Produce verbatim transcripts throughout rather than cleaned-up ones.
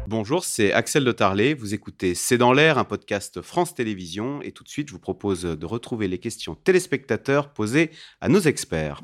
Bonjour, c'est Axel de Tarlet. Vous écoutez C'est dans l'air, un podcast France Télévisions. Et tout de suite, je vous propose de retrouver les questions téléspectateurs posées à nos experts.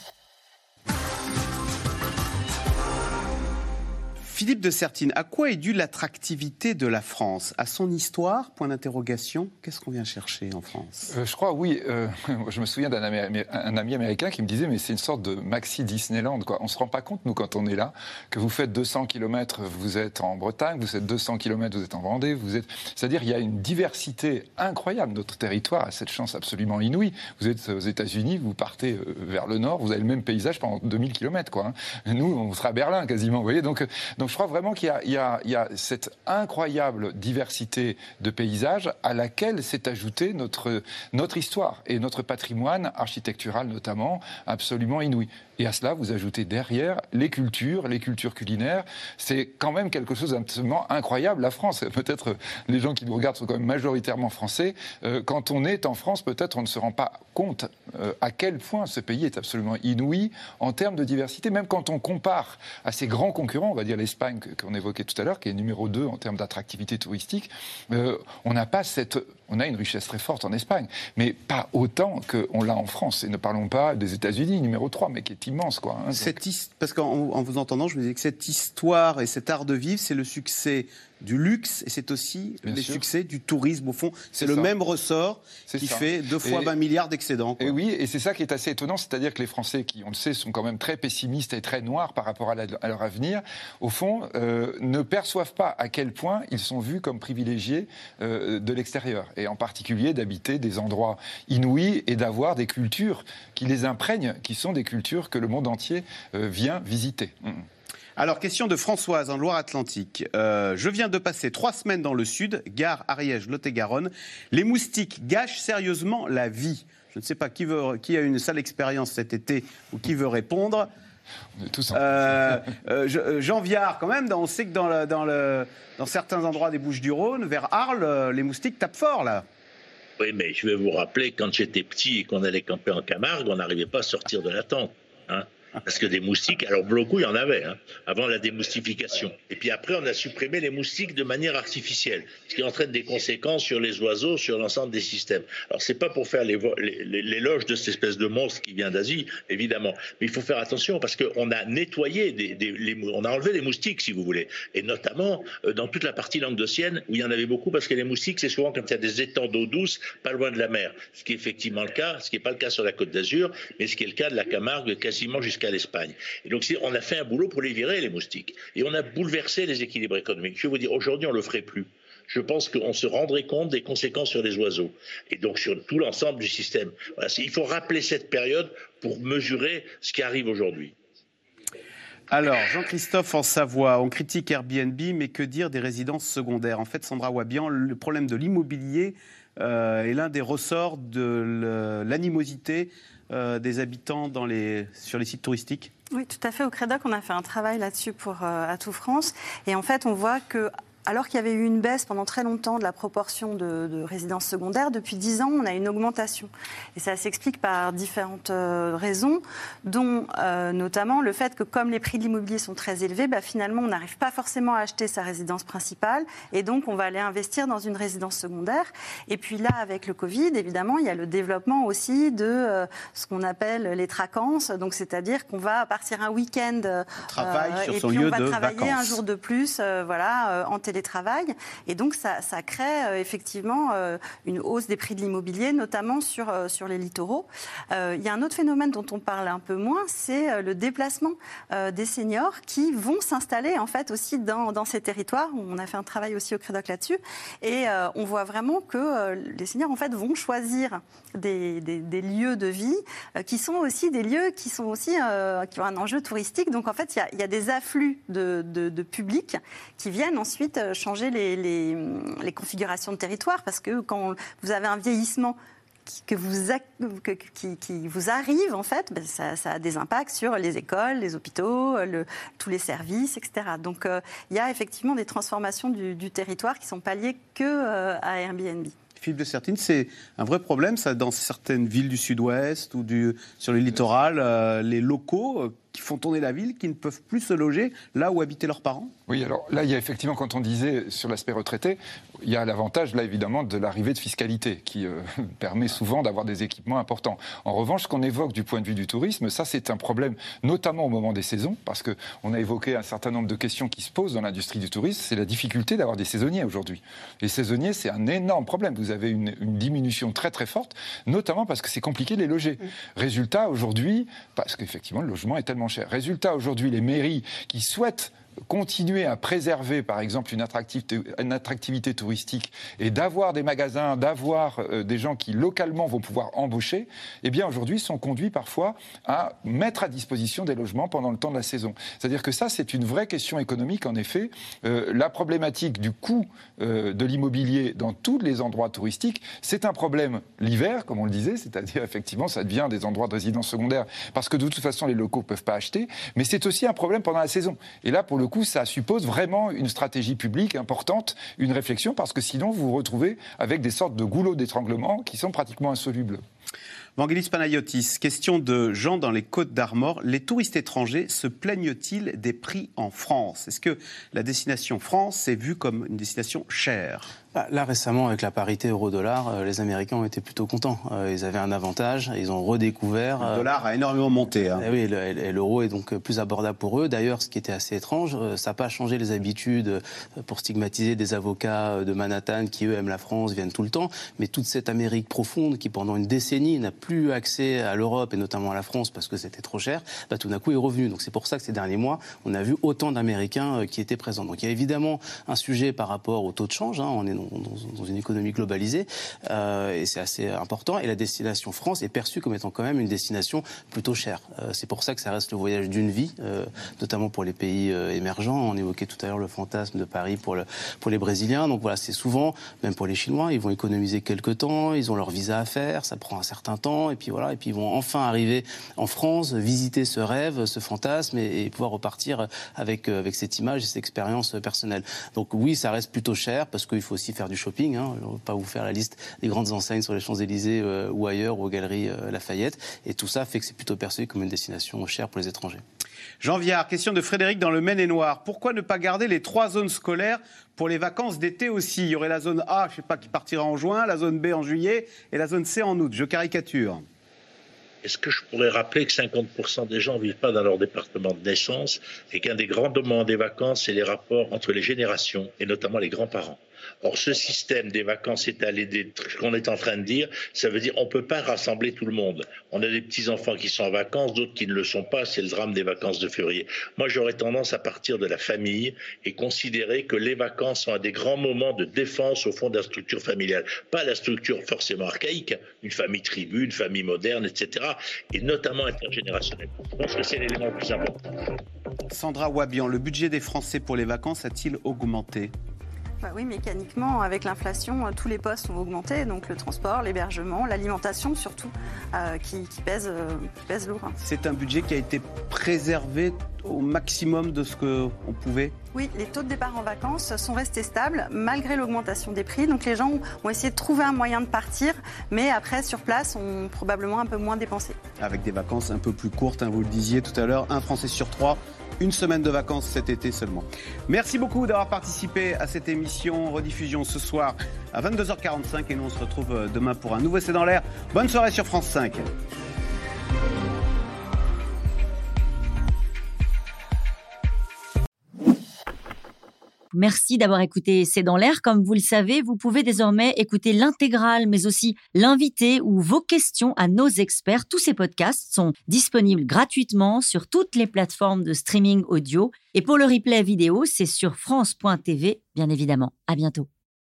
Philippe de Sertine, à quoi est due l'attractivité de la France? À son histoire? Point d'interrogation. Qu'est-ce qu'on vient chercher en France? euh, Je crois, oui. Euh, je me souviens d'un ami, un ami américain qui me disait, mais c'est une sorte de maxi Disneyland, quoi. On ne se rend pas compte, nous, quand on est là, que vous faites deux cents kilomètres, vous êtes en Bretagne, vous faites deux cents kilomètres, vous êtes en Vendée, vous êtes... C'est-à-dire qu'il y a une diversité incroyable. Notre territoire a cette chance absolument inouïe. Vous êtes aux États-Unis, vous partez vers le nord, vous avez le même paysage pendant deux mille kilomètres, quoi. Nous, on sera à Berlin, quasiment, vous voyez. Donc, donc je crois vraiment qu'il y a, il y a, il y a cette incroyable diversité de paysages à laquelle s'est ajoutée notre, notre histoire et notre patrimoine architectural notamment, absolument inouï. Et à cela, vous ajoutez derrière les cultures, les cultures culinaires. C'est quand même quelque chose d'absolument incroyable, la France. Peut-être les gens qui nous regardent sont quand même majoritairement français. Euh, quand on est en France, peut-être on ne se rend pas compte euh, à quel point ce pays est absolument inouï en termes de diversité. Même quand on compare à ses grands concurrents, on va dire l'Espagne qu'on évoquait tout à l'heure, qui est numéro deux en termes d'attractivité touristique, euh, on n'a pas cette... On a une richesse très forte en Espagne, mais pas autant qu'on l'a en France. Et ne parlons pas des États-Unis, numéro trois, mais qui est immense, quoi. Hein, cette his... Parce qu'en en vous entendant, je me disais que cette histoire et cet art de vivre, c'est le succès du luxe et c'est aussi Bien les sûr. succès du tourisme. Au fond, c'est, c'est le ça. même ressort c'est qui ça. fait deux fois et, vingt milliards d'excédents. Quoi. Et oui, et c'est ça qui est assez étonnant, c'est-à-dire que les Français, qui, on le sait, sont quand même très pessimistes et très noirs par rapport à, la, à leur avenir, au fond, euh, ne perçoivent pas à quel point ils sont vus comme privilégiés euh, de l'extérieur. Et en particulier d'habiter des endroits inouïs et d'avoir des cultures qui les imprègnent, qui sont des cultures que le monde entier euh, vient visiter. Mmh. Alors, question de Françoise en Loire-Atlantique. Euh, je viens de passer trois semaines dans le sud, Gare, Ariège, Lot-et-Garonne. Les moustiques gâchent sérieusement la vie. Je ne sais pas qui, veut, qui a une sale expérience cet été ou qui veut répondre. On est tous en euh, euh, Jean Viard, quand même, on sait que dans, le, dans, le, dans certains endroits des Bouches-du-Rhône, vers Arles, les moustiques tapent fort, là. Oui, mais je vais vous rappeler, quand j'étais petit et qu'on allait camper en Camargue, on n'arrivait pas à sortir de la tente. Hein. Parce que des moustiques, alors beaucoup il y en avait, hein, avant la démoustification. Et puis après, on a supprimé les moustiques de manière artificielle, ce qui entraîne des conséquences sur les oiseaux, sur l'ensemble des systèmes. Alors c'est pas pour faire l'éloge de cette espèce de monstre qui vient d'Asie, évidemment, mais il faut faire attention parce qu'on a nettoyé, des, des, les, on a enlevé les moustiques, si vous voulez, et notamment euh, dans toute la partie languedocienne où il y en avait beaucoup, parce que les moustiques, c'est souvent quand il y a des étangs d'eau douce, pas loin de la mer, ce qui est effectivement le cas, ce qui n'est pas le cas sur la Côte d'Azur, mais ce qui est le cas de la Camargue, quasiment jusqu'à à l'Espagne. Et donc on a fait un boulot pour les virer, les moustiques. Et on a bouleversé les équilibres économiques. Je vais vous dire, aujourd'hui on ne le ferait plus. Je pense qu'on se rendrait compte des conséquences sur les oiseaux et donc sur tout l'ensemble du système. Voilà, il faut rappeler cette période pour mesurer ce qui arrive aujourd'hui. Alors, Jean-Christophe en Savoie, on critique Airbnb, mais que dire des résidences secondaires? En fait, Sandra Wabian, le problème de l'immobilier euh, est l'un des ressorts de l'animosité Euh, des habitants dans les, sur les sites touristiques? Oui, tout à fait. Au Crédoc, on a fait un travail là-dessus pour euh, Atout France. Et en fait, on voit que alors qu'il y avait eu une baisse pendant très longtemps de la proportion de, de résidences secondaires, depuis dix ans, on a une augmentation. Et ça s'explique par différentes euh, raisons, dont euh, notamment le fait que comme les prix de l'immobilier sont très élevés, bah, finalement, on n'arrive pas forcément à acheter sa résidence principale. Et donc, on va aller investir dans une résidence secondaire. Et puis là, avec le Covid, évidemment, il y a le développement aussi de euh, ce qu'on appelle les tracances. Donc, c'est-à-dire qu'on va partir un week-end euh, sur et son puis lieu on va de travailler vacances. un jour de plus euh, voilà, euh, en télétravail. Et donc, ça, ça crée euh, effectivement euh, une hausse des prix de l'immobilier, notamment sur, euh, sur les littoraux. Euh, il y a un autre phénomène dont on parle un peu moins, c'est euh, le déplacement euh, des seniors qui vont s'installer en fait aussi dans, dans ces territoires. On a fait un travail aussi au Crédoc là-dessus. Et euh, on voit vraiment que euh, les seniors en fait vont choisir des, des, des lieux de vie euh, qui sont aussi des lieux qui, sont aussi, euh, qui ont un enjeu touristique. Donc en fait, il y a, il y a des afflux de, de, de public qui viennent ensuite changer les, les, les configurations de territoire, parce que quand vous avez un vieillissement qui, que vous a, que, qui, qui vous arrive, en fait, ben ça, ça a des impacts sur les écoles, les hôpitaux, le, tous les services, et cetera. Donc, euh, il y a effectivement des transformations du, du territoire qui ne sont pas liées que euh, à Airbnb. Philippe de Sertine, c'est un vrai problème, ça, dans certaines villes du sud-ouest ou du, sur le littoral, euh, les locaux qui font tourner la ville, qui ne peuvent plus se loger là où habitaient leurs parents? Oui, alors là, il y a effectivement, quand on disait sur l'aspect retraité, il y a l'avantage, là, évidemment, de l'arrivée de fiscalité, qui euh, permet souvent d'avoir des équipements importants. En revanche, ce qu'on évoque du point de vue du tourisme, ça, c'est un problème, notamment au moment des saisons, parce qu'on a évoqué un certain nombre de questions qui se posent dans l'industrie du tourisme, c'est la difficulté d'avoir des saisonniers aujourd'hui. Les saisonniers, c'est un énorme problème. Vous avez une, une diminution très, très forte, notamment parce que c'est compliqué de les loger. Résultat, aujourd'hui, parce qu'effectivement, le logement est tellement cher. Résultat, aujourd'hui, les mairies qui souhaitent continuer à préserver, par exemple, une attractivité, une attractivité touristique et d'avoir des magasins, d'avoir euh, des gens qui, localement, vont pouvoir embaucher, eh bien, aujourd'hui, sont conduits parfois à mettre à disposition des logements pendant le temps de la saison. C'est-à-dire que ça, c'est une vraie question économique, en effet. Euh, la problématique du coût euh, de l'immobilier dans tous les endroits touristiques, c'est un problème l'hiver, comme on le disait, c'est-à-dire, effectivement, ça devient des endroits de résidence secondaire parce que, de toute façon, les locaux ne peuvent pas acheter, mais c'est aussi un problème pendant la saison. Et là, pour le coup, ça suppose vraiment une stratégie publique importante, une réflexion, parce que sinon vous vous retrouvez avec des sortes de goulots d'étranglement qui sont pratiquement insolubles. Vangelis Panayotis, question de Jean dans les Côtes-d'Armor. Les touristes étrangers se plaignent-ils des prix en France? Est-ce que la destination France est vue comme une destination chère? Là, récemment, avec la parité euro-dollar, les Américains ont été plutôt contents. Ils avaient un avantage, ils ont redécouvert... Le dollar a énormément monté. Hein. Et oui, l'euro est donc plus abordable pour eux. D'ailleurs, ce qui était assez étrange, ça n'a pas changé les habitudes pour stigmatiser des avocats de Manhattan qui, eux, aiment la France, viennent tout le temps. Mais toute cette Amérique profonde qui, pendant une décennie, n'a plus accès à l'Europe et notamment à la France parce que c'était trop cher, bah, tout d'un coup est revenue. Donc c'est pour ça que ces derniers mois, on a vu autant d'Américains qui étaient présents. Donc il y a évidemment un sujet par rapport au taux de change. Hein. On est dans, dans, dans une économie globalisée euh, et c'est assez important. Et la destination France est perçue comme étant quand même une destination plutôt chère. Euh, c'est pour ça que ça reste le voyage d'une vie, euh, notamment pour les pays euh, émergents. On évoquait tout à l'heure le fantasme de Paris pour, le, pour les Brésiliens. Donc voilà, c'est souvent, même pour les Chinois, ils vont économiser quelques temps, ils ont leur visa à faire, ça prend un certain temps, et puis voilà, et puis ils vont enfin arriver en France, visiter ce rêve, ce fantasme, et, et pouvoir repartir avec, avec cette image et cette expérience personnelle. Donc oui, ça reste plutôt cher, parce qu'il faut aussi faire du shopping, hein. Je ne vais pas vous faire la liste des grandes enseignes sur les Champs-Élysées euh, ou ailleurs, ou aux Galeries euh, Lafayette, et tout ça fait que c'est plutôt perçu comme une destination chère pour les étrangers. Jean Viard, question de Frédéric dans le Maine-et-Loire. Pourquoi ne pas garder les trois zones scolaires pour les vacances d'été aussi? Il y aurait la zone A, je ne sais pas, qui partira en juin, la zone B en juillet et la zone C en août. Je caricature. Est-ce que je pourrais rappeler que cinquante pour cent des gens ne vivent pas dans leur département de naissance et qu'un des grands moments des vacances, c'est les rapports entre les générations et notamment les grands-parents? Or, ce système des vacances étalées, des trucs qu'on est en train de dire, ça veut dire qu'on ne peut pas rassembler tout le monde. On a des petits-enfants qui sont en vacances, d'autres qui ne le sont pas, c'est le drame des vacances de février. Moi, j'aurais tendance à partir de la famille et considérer que les vacances sont un des grands moments de défense au fond de la structure familiale. Pas la structure forcément archaïque, une famille tribu, une famille moderne, et cetera. Et notamment intergénérationnelle. Je pense que c'est l'élément le plus important. Sandra Wabian, le budget des Français pour les vacances a-t-il augmenté ? Bah oui, mécaniquement, avec l'inflation, tous les postes ont augmenté, donc le transport, l'hébergement, l'alimentation surtout, euh, qui, qui, pèse, euh, qui pèse lourd. C'est un budget qui a été préservé au maximum de ce qu'on pouvait ? Oui, les taux de départ en vacances sont restés stables malgré l'augmentation des prix. Donc les gens ont essayé de trouver un moyen de partir, mais après, sur place, ont probablement un peu moins dépensé. Avec des vacances un peu plus courtes, hein, vous le disiez tout à l'heure, un Français sur trois. Une semaine de vacances cet été seulement. Merci beaucoup d'avoir participé à cette émission. Rediffusion ce soir à vingt-deux heures quarante-cinq et nous on se retrouve demain pour un nouveau C'est dans l'air. Bonne soirée sur France cinq. Merci d'avoir écouté C'est dans l'air. Comme vous le savez, vous pouvez désormais écouter l'intégrale, mais aussi l'invité ou vos questions à nos experts. Tous ces podcasts sont disponibles gratuitement sur toutes les plateformes de streaming audio. Et pour le replay vidéo, c'est sur France point T V, bien évidemment. À bientôt.